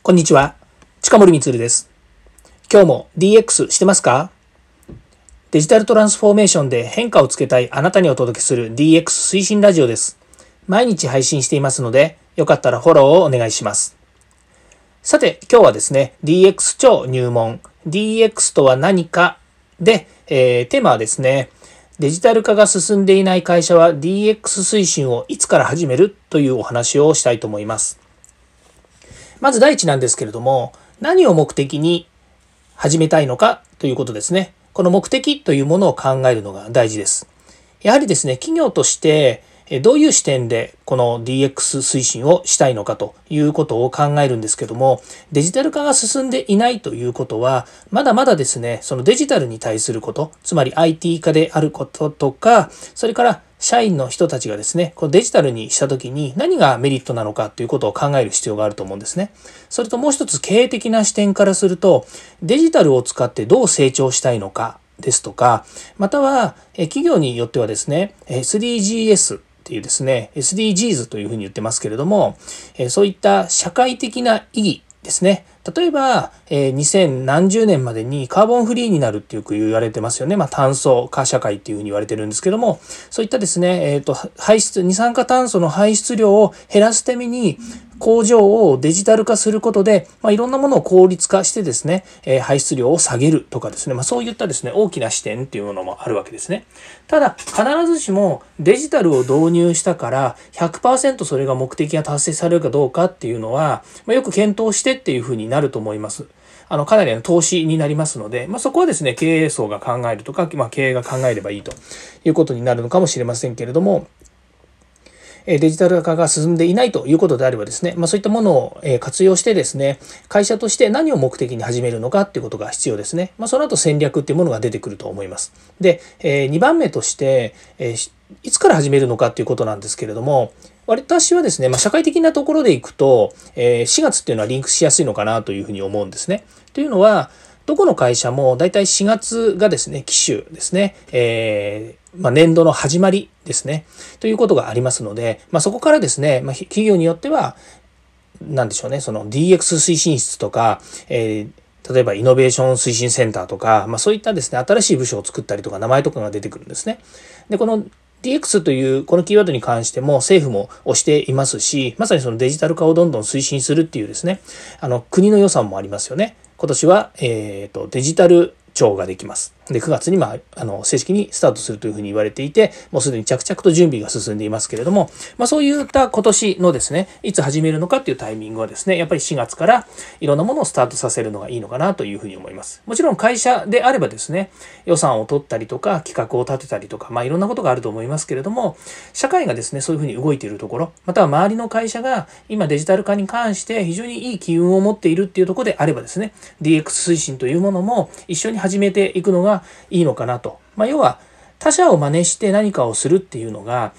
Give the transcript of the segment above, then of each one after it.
こんにちは。近森光です。今日も DX してますか？デジタルトランスフォーメーションで変化をつけたいあなたにお届けする DX 推進ラジオです。毎日配信していますので、よかったらフォローをお願いします。さて、今日はですね、DX 超入門、DX とは何かで、テーマはですね、デジタル化が進んでいない会社は DX 推進をいつから始めるというお話をしたいと思います。まず第一なんですけれども、何を目的に始めたいのかということですね。この目的というものを考えるのが大事です。やはりですね、企業としてどういう視点でこの DX 推進をしたいのかということを考えるんですけども、デジタル化が進んでいないということは、まだまだですね、そのデジタルに対すること、つまり IT 化であることとか、それから社員の人たちがですね、このデジタルにしたときに何がメリットなのかということを考える必要があると思うんですね。それともう一つ経営的な視点からすると、デジタルを使ってどう成長したいのかですとか、または企業によってはですね、SDGsっていうですね、SDGs というふうに言ってますけれども、そういった社会的な意義ですね。例えば、2000何十年までにカーボンフリーになるってよく言われてますよね。炭素化社会っていうふうに言われてるんですけども、そういったですね、二酸化炭素の排出量を減らすために、工場をデジタル化することで、いろんなものを効率化してですね、排出量を下げるとかですね、そういったですね、大きな視点っていうものもあるわけですね。ただ、必ずしもデジタルを導入したから100% それが目的が達成されるかどうかっていうのは、よく検討してっていうふうになると思います。かなりの投資になりますので、そこはですね、経営層が考えるとか、経営が考えればいいということになるのかもしれませんけれども、デジタル化が進んでいないということであればですね、そういったものを活用してですね、会社として何を目的に始めるのかっていうことが必要ですね。その後戦略っていうものが出てくると思います。で、2番目として、いつから始めるのかっていうことなんですけれども、私はですね、社会的なところでいくと、4月っていうのはリンクしやすいのかなというふうに思うんですね。というのは、どこの会社もだいたい4月がですね、期首ですね、年度の始まりですね、ということがありますので、そこからですね、企業によっては、なんでしょうね、その DX 推進室とか、例えばイノベーション推進センターとか、そういったですね、新しい部署を作ったりとか、名前とかが出てくるんですね。で、この DX というこのキーワードに関しても政府も推していますし、まさにそのデジタル化をどんどん推進するっていうですね、国の予算もありますよね。今年は、デジタル庁ができます。で、9月に正式にスタートするというふうに言われていて、もうすでに着々と準備が進んでいますけれども、そういった今年のですね、いつ始めるのかっていうタイミングはですね、やっぱり4月からいろんなものをスタートさせるのがいいのかなというふうに思います。もちろん会社であればですね、予算を取ったりとか、企画を立てたりとか、いろんなことがあると思いますけれども、社会がですね、そういうふうに動いているところ、または周りの会社が今デジタル化に関して非常にいい機運を持っているっていうところであればですね、DX 推進というものも一緒に始めていくのがいいのかなと。要は他者を真似して何かをするっていうのが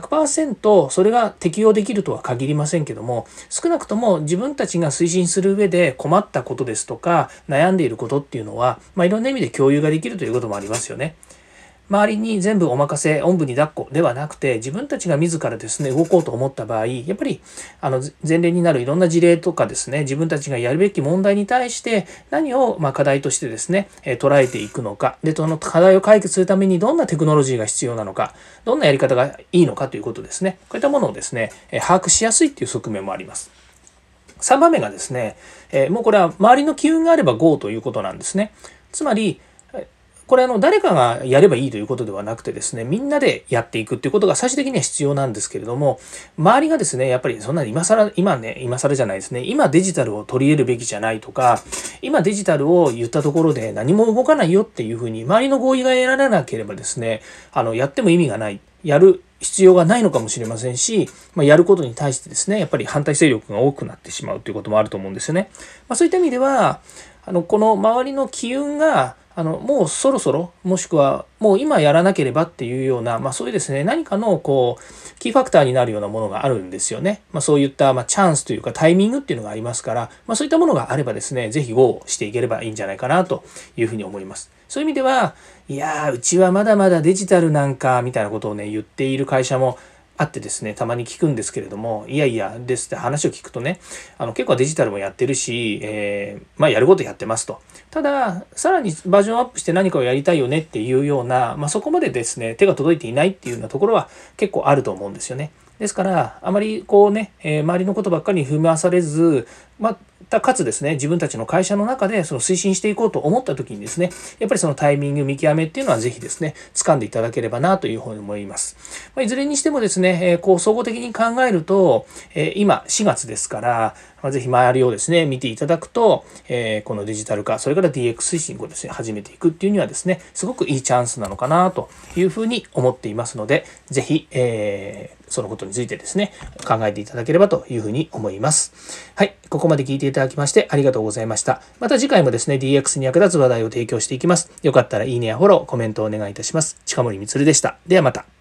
100% それが適用できるとは限りませんけども、少なくとも自分たちが推進する上で困ったことですとか悩んでいることっていうのは、いろんな意味で共有ができるということもありますよね。周りに全部お任せ、おんぶに抱っこではなくて、自分たちが自らですね、動こうと思った場合、やっぱり、前例になるいろんな事例とかですね、自分たちがやるべき問題に対して、何を、課題としてですね、捉えていくのか、で、その課題を解決するためにどんなテクノロジーが必要なのか、どんなやり方がいいのかということですね。こういったものをですね、把握しやすいっていう側面もあります。3番目がですね、もうこれは周りの機運があれば GO ということなんですね。つまり、これ誰かがやればいいということではなくてですね、みんなでやっていくっていうことが最終的には必要なんですけれども、周りがですね、やっぱりそんなに今更じゃないですね、今デジタルを取り入れるべきじゃないとか、今デジタルを言ったところで何も動かないよっていうふうに周りの合意が得られなければですね、やっても意味がない。やる必要がないのかもしれませんし、やることに対してですね、やっぱり反対勢力が多くなってしまうということもあると思うんですよね。そういった意味では、この周りの機運がもうそろそろ、もしくはもう今やらなければっていうような、そういうですね、何かのキーファクターになるようなものがあるんですよね。そういったチャンスというかタイミングっていうのがありますから、そういったものがあればですね、ぜひ GO していければいいんじゃないかなというふうに思います。そういう意味では、うちはまだまだデジタルなんかみたいなことをね、言っている会社もあってですね、たまに聞くんですけれども、いやいやですって話を聞くとね、結構デジタルもやってるし、やることやってますと。ただ、さらにバージョンアップして何かをやりたいよねっていうような、そこまでですね、手が届いていないっていうようなところは結構あると思うんですよね。ですから、あまりこうね、周りのことばっかりに踏み回されず、かつですね、自分たちの会社の中でその推進していこうと思った時にですね、やっぱりそのタイミング見極めっていうのはぜひですね、掴んでいただければなというふうに思います。いずれにしてもですね、総合的に考えると、今4月ですから、ぜひ周りをですね、見ていただくと、このデジタル化、それから DX 推進をですね、始めていくっていうにはですね、すごくいいチャンスなのかなというふうに思っていますので、ぜひ、そのことについてですね、考えていただければというふうに思います。はい、ここまで聞いていただきましてありがとうございました。また次回もですね、DX に役立つ話題を提供していきます。よかったらいいねやフォロー、コメントをお願いいたします。近森光でした。ではまた。